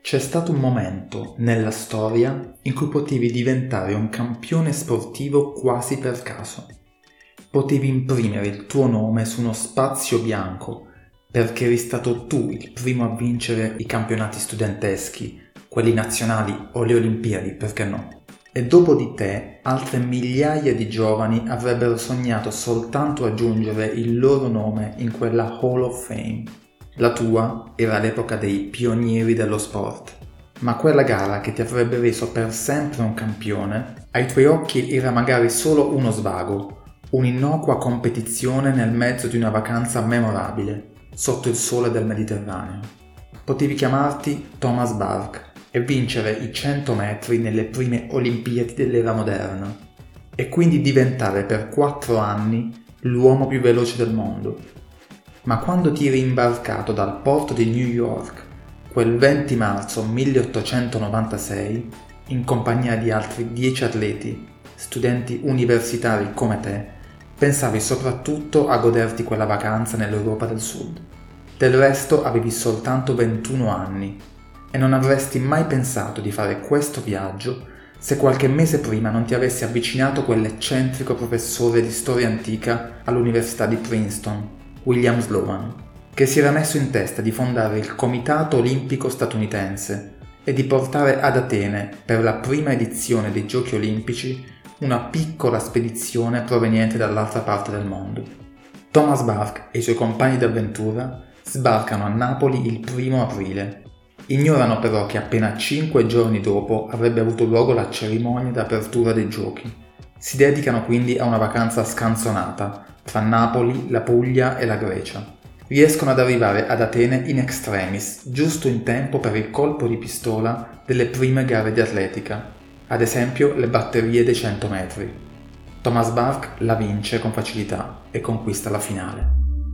C'è stato un momento nella storia in cui potevi diventare un campione sportivo quasi per caso. Potevi imprimere il tuo nome su uno spazio bianco perché eri stato tu il primo a vincere i campionati studenteschi, quelli nazionali o le Olimpiadi, perché no? E dopo di te altre migliaia di giovani avrebbero sognato soltanto aggiungere il loro nome in quella Hall of Fame. La tua era l'epoca dei pionieri dello sport, ma quella gara che ti avrebbe reso per sempre un campione, ai tuoi occhi era magari solo uno svago, un'innocua competizione nel mezzo di una vacanza memorabile, sotto il sole del Mediterraneo. Potevi chiamarti Thomas Bach e vincere i 100 metri nelle prime Olimpiadi dell'era moderna, e quindi diventare per 4 anni l'uomo più veloce del mondo. Ma quando ti eri imbarcato dal porto di New York, quel 20 marzo 1896, in compagnia di altri 10 atleti, studenti universitari come te, pensavi soprattutto a goderti quella vacanza nell'Europa del Sud. Del resto avevi soltanto 21 anni e non avresti mai pensato di fare questo viaggio se qualche mese prima non ti avessi avvicinato quell'eccentrico professore di storia antica all'Università di Princeton, William Sloan, che si era messo in testa di fondare il Comitato Olimpico Statunitense e di portare ad Atene, per la prima edizione dei Giochi Olimpici, una piccola spedizione proveniente dall'altra parte del mondo. Thomas Bach e i suoi compagni d'avventura sbarcano a Napoli il 1 aprile. Ignorano però che appena 5 giorni dopo avrebbe avuto luogo la cerimonia d'apertura dei Giochi. Si dedicano quindi a una vacanza scanzonata tra Napoli, la Puglia e la Grecia. Riescono ad arrivare ad Atene in extremis, giusto in tempo per il colpo di pistola delle prime gare di atletica, ad esempio le batterie dei 100 metri. Thomas Bach la vince con facilità e conquista la finale.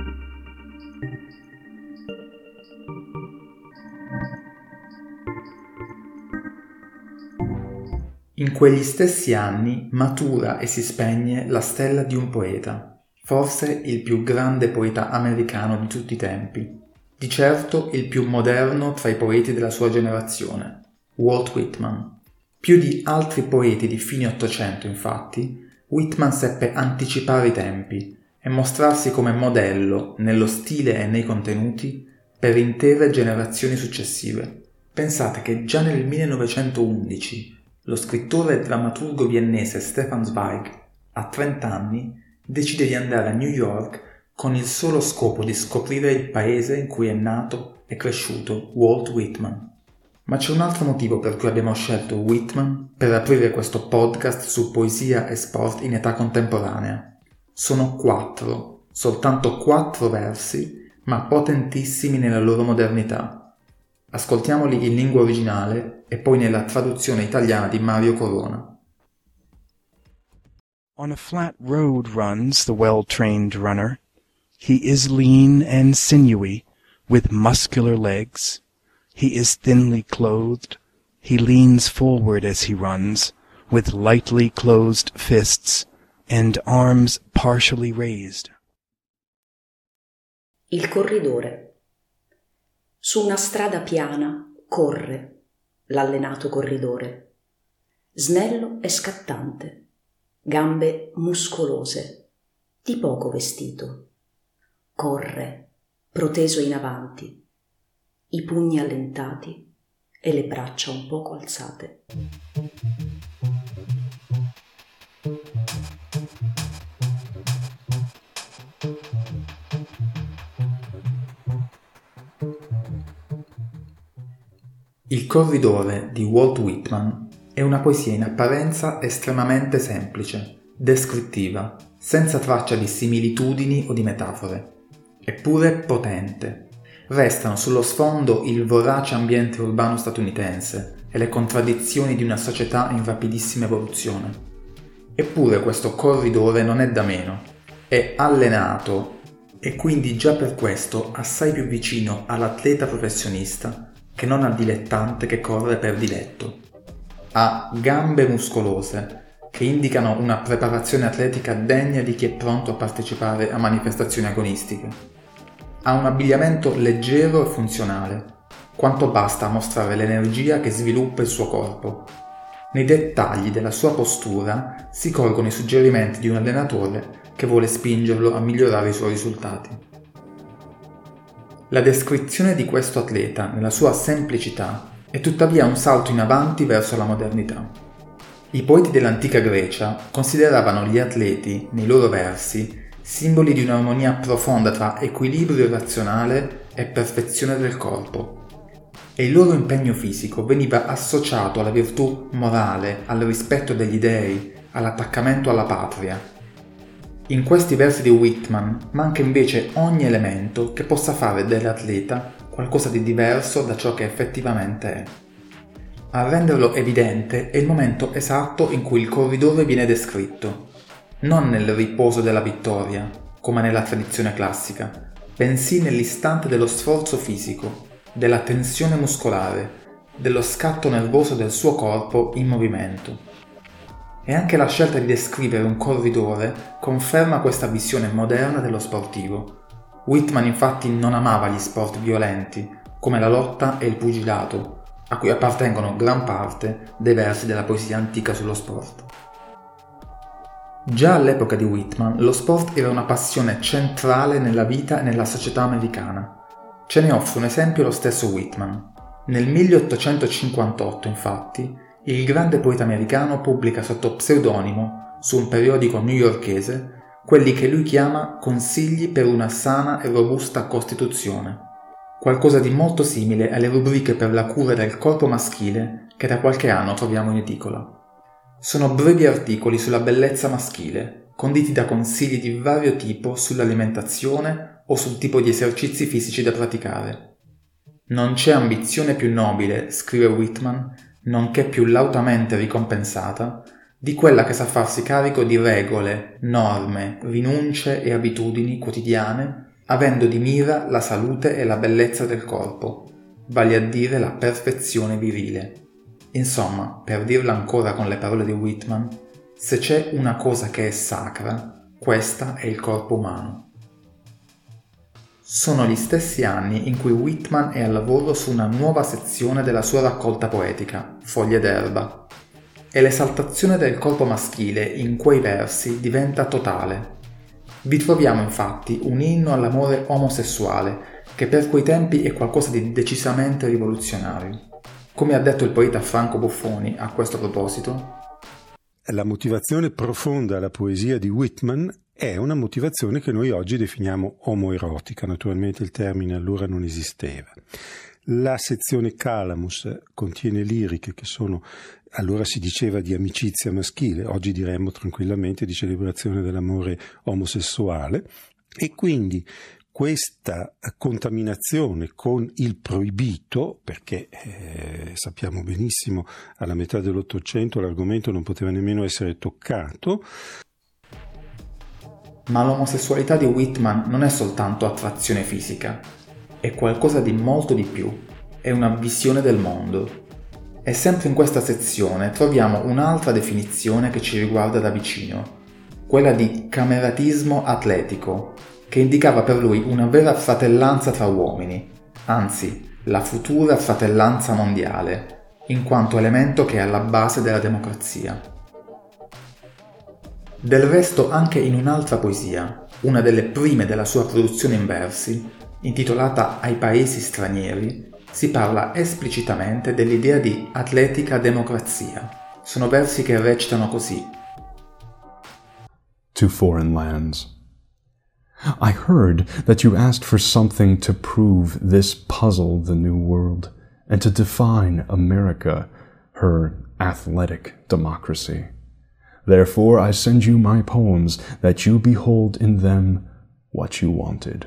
In quegli stessi anni matura e si spegne la stella di un poeta, forse il più grande poeta americano di tutti i tempi, di certo il più moderno tra i poeti della sua generazione, Walt Whitman. Più di altri poeti di fine Ottocento, infatti, Whitman seppe anticipare i tempi e mostrarsi come modello nello stile e nei contenuti per intere generazioni successive. Pensate che già nel 1911 lo scrittore e drammaturgo viennese Stefan Zweig, a 30 anni, decide di andare a New York con il solo scopo di scoprire il paese in cui è nato e cresciuto Walt Whitman. Ma c'è un altro motivo per cui abbiamo scelto Whitman per aprire questo podcast su poesia e sport in età contemporanea. Sono 4, soltanto 4 versi, ma potentissimi nella loro modernità. Ascoltiamoli in lingua originale e poi nella traduzione italiana di Mario Corona. On a flat road runs the well-trained runner. He is lean and sinewy, with muscular legs. He is thinly clothed. He leans forward as he runs, with lightly closed fists and arms partially raised. Il corridore. Su una strada piana corre l'allenato corridore, snello e scattante, gambe muscolose, di poco vestito. Corre, proteso in avanti, i pugni allentati e le braccia un poco alzate. Il corridore di Walt Whitman è una poesia in apparenza estremamente semplice, descrittiva, senza traccia di similitudini o di metafore, eppure potente. Restano sullo sfondo il vorace ambiente urbano statunitense e le contraddizioni di una società in rapidissima evoluzione. Eppure questo corridore non è da meno, è allenato e quindi già per questo assai più vicino all'atleta professionista che non al dilettante che corre per diletto. Ha gambe muscolose che indicano una preparazione atletica degna di chi è pronto a partecipare a manifestazioni agonistiche. Ha un abbigliamento leggero e funzionale, quanto basta a mostrare l'energia che sviluppa il suo corpo. Nei dettagli della sua postura si colgono i suggerimenti di un allenatore che vuole spingerlo a migliorare i suoi risultati. La descrizione di questo atleta nella sua semplicità è tuttavia un salto in avanti verso la modernità. I poeti dell'antica Grecia consideravano gli atleti, nei loro versi, simboli di un'armonia profonda tra equilibrio razionale e perfezione del corpo, e il loro impegno fisico veniva associato alla virtù morale, al rispetto degli dei, all'attaccamento alla patria. In questi versi di Whitman manca invece ogni elemento che possa fare dell'atleta qualcosa di diverso da ciò che effettivamente è. A renderlo evidente è il momento esatto in cui il corridore viene descritto, non nel riposo della vittoria, come nella tradizione classica, bensì nell'istante dello sforzo fisico, della tensione muscolare, dello scatto nervoso del suo corpo in movimento. E anche la scelta di descrivere un corridore conferma questa visione moderna dello sportivo. Whitman infatti non amava gli sport violenti, come la lotta e il pugilato, a cui appartengono gran parte dei versi della poesia antica sullo sport. Già all'epoca di Whitman lo sport era una passione centrale nella vita e nella società americana. Ce ne offre un esempio lo stesso Whitman. Nel 1858, infatti, il grande poeta americano pubblica sotto pseudonimo, su un periodico newyorkese, quelli che lui chiama Consigli per una sana e robusta Costituzione, qualcosa di molto simile alle rubriche per la cura del corpo maschile che da qualche anno troviamo in edicola. Sono brevi articoli sulla bellezza maschile, conditi da consigli di vario tipo sull'alimentazione o sul tipo di esercizi fisici da praticare. Non c'è ambizione più nobile, scrive Whitman, nonché più lautamente ricompensata, di quella che sa farsi carico di regole, norme, rinunce e abitudini quotidiane, avendo di mira la salute e la bellezza del corpo, vale a dire la perfezione virile. Insomma, per dirla ancora con le parole di Whitman, se c'è una cosa che è sacra, questa è il corpo umano. Sono gli stessi anni in cui Whitman è al lavoro su una nuova sezione della sua raccolta poetica, Foglie d'erba, e l'esaltazione del corpo maschile in quei versi diventa totale. Vi troviamo infatti un inno all'amore omosessuale che per quei tempi è qualcosa di decisamente rivoluzionario. Come ha detto il poeta Franco Buffoni a questo proposito, la motivazione profonda alla poesia di Whitman è una motivazione che noi oggi definiamo omoerotica. Naturalmente il termine allora non esisteva. La sezione Calamus contiene liriche che sono, allora si diceva di amicizia maschile, oggi diremmo tranquillamente di celebrazione dell'amore omosessuale, e quindi questa contaminazione con il proibito, perché sappiamo benissimo alla metà dell'Ottocento l'argomento non poteva nemmeno essere toccato. Ma l'omosessualità di Whitman non è soltanto attrazione fisica, è qualcosa di molto di più, è una visione del mondo. E sempre in questa sezione troviamo un'altra definizione che ci riguarda da vicino, quella di cameratismo atletico, che indicava per lui una vera fratellanza tra uomini, anzi, la futura fratellanza mondiale, in quanto elemento che è alla base della democrazia. Del resto anche in un'altra poesia, una delle prime della sua produzione in versi, intitolata Ai paesi stranieri, si parla esplicitamente dell'idea di atletica democrazia. Sono versi che recitano così. To foreign lands. I heard that you asked for something to prove this puzzle the new world, and to define America, her athletic democracy. Therefore I send you my poems, that you behold in them what you wanted.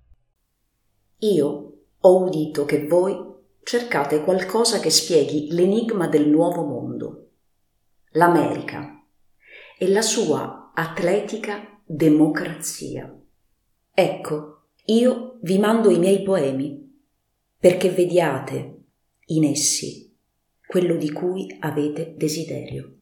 Io ho udito che voi cercate qualcosa che spieghi l'enigma del nuovo mondo, l'America e la sua atletica democrazia. Ecco, io vi mando i miei poemi, perché vediate in essi quello di cui avete desiderio.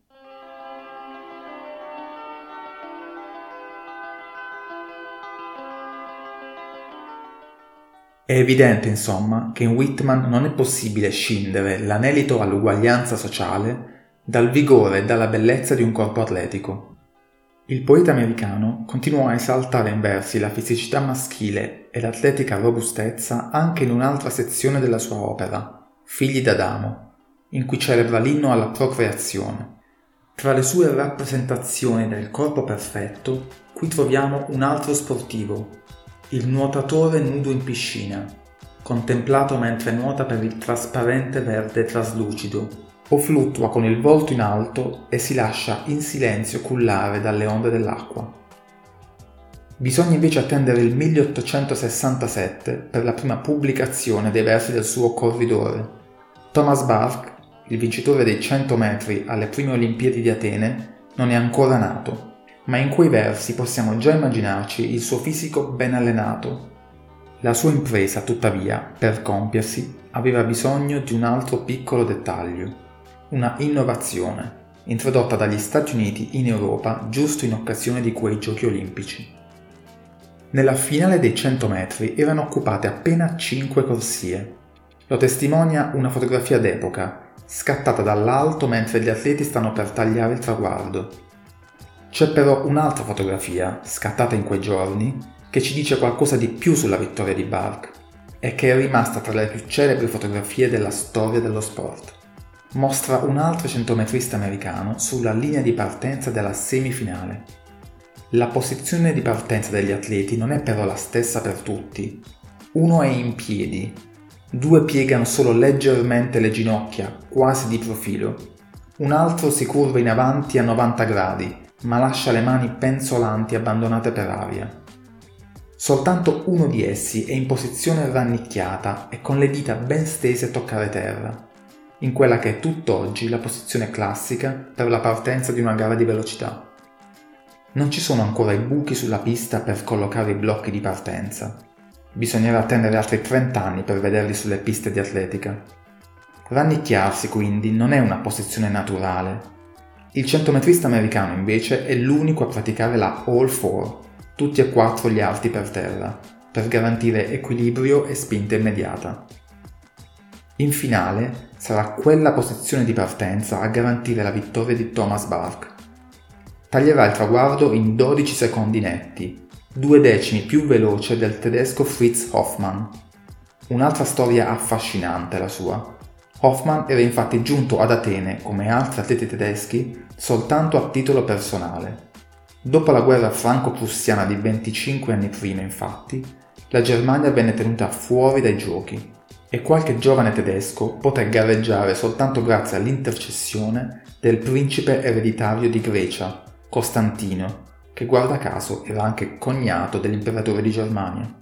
È evidente, insomma, che in Whitman non è possibile scindere l'anelito all'uguaglianza sociale dal vigore e dalla bellezza di un corpo atletico. Il poeta americano continuò a esaltare in versi la fisicità maschile e l'atletica robustezza anche in un'altra sezione della sua opera, Figli d'Adamo, in cui celebra l'inno alla procreazione. Tra le sue rappresentazioni del corpo perfetto, qui troviamo un altro sportivo, il nuotatore nudo in piscina, contemplato mentre nuota per il trasparente verde traslucido, o fluttua con il volto in alto e si lascia in silenzio cullare dalle onde dell'acqua. Bisogna invece attendere il 1867 per la prima pubblicazione dei versi del suo corridore. Thomas Burke, il vincitore dei 100 metri alle prime Olimpiadi di Atene, non è ancora nato, ma in quei versi possiamo già immaginarci il suo fisico ben allenato. La sua impresa, tuttavia, per compiersi, aveva bisogno di un altro piccolo dettaglio, una innovazione, introdotta dagli Stati Uniti in Europa giusto in occasione di quei Giochi Olimpici. Nella finale dei 100 metri erano occupate appena 5 corsie. Lo testimonia una fotografia d'epoca, scattata dall'alto mentre gli atleti stanno per tagliare il traguardo. C'è però un'altra fotografia, scattata in quei giorni, che ci dice qualcosa di più sulla vittoria di Burke e che è rimasta tra le più celebri fotografie della storia dello sport. Mostra un altro centometrista americano sulla linea di partenza della semifinale. La posizione di partenza degli atleti non è però la stessa per tutti. Uno è in piedi, 2 piegano solo leggermente le ginocchia, quasi di profilo. Un altro si curva in avanti a 90 gradi, ma lascia le mani penzolanti abbandonate per aria. Soltanto uno di essi è in posizione rannicchiata e con le dita ben stese a toccare terra, in quella che è tutt'oggi la posizione classica per la partenza di una gara di velocità. Non ci sono ancora i buchi sulla pista per collocare i blocchi di partenza. Bisognerà attendere altri 30 anni per vederli sulle piste di atletica. Rannicchiarsi quindi non è una posizione naturale. Il centometrista americano invece è l'unico a praticare la all four, tutti e 4 gli arti per terra, per garantire equilibrio e spinta immediata. In finale sarà quella posizione di partenza a garantire la vittoria di Thomas Burke. Taglierà il traguardo in 12 secondi netti, 2 decimi più veloce del tedesco Fritz Hoffmann. Un'altra storia affascinante la sua. Hoffmann era infatti giunto ad Atene, come altri atleti tedeschi, soltanto a titolo personale. Dopo la guerra franco-prussiana di 25 anni prima, infatti, la Germania venne tenuta fuori dai giochi e qualche giovane tedesco poté gareggiare soltanto grazie all'intercessione del principe ereditario di Grecia, Costantino, che guarda caso era anche cognato dell'imperatore di Germania.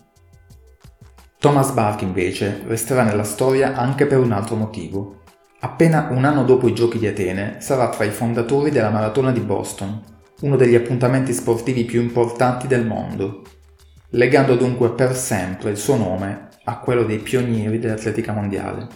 Thomas Burke invece resterà nella storia anche per un altro motivo. Appena un anno dopo i Giochi di Atene sarà tra i fondatori della Maratona di Boston, uno degli appuntamenti sportivi più importanti del mondo, legando dunque per sempre il suo nome a quello dei pionieri dell'atletica mondiale.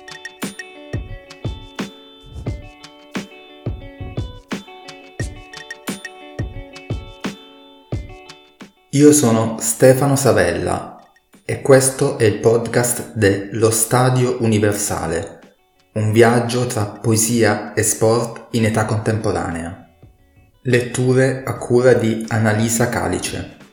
Io sono Stefano Savella e questo è il podcast de Lo Stadio Universale, un viaggio tra poesia e sport in età contemporanea. Letture a cura di Annalisa Calice.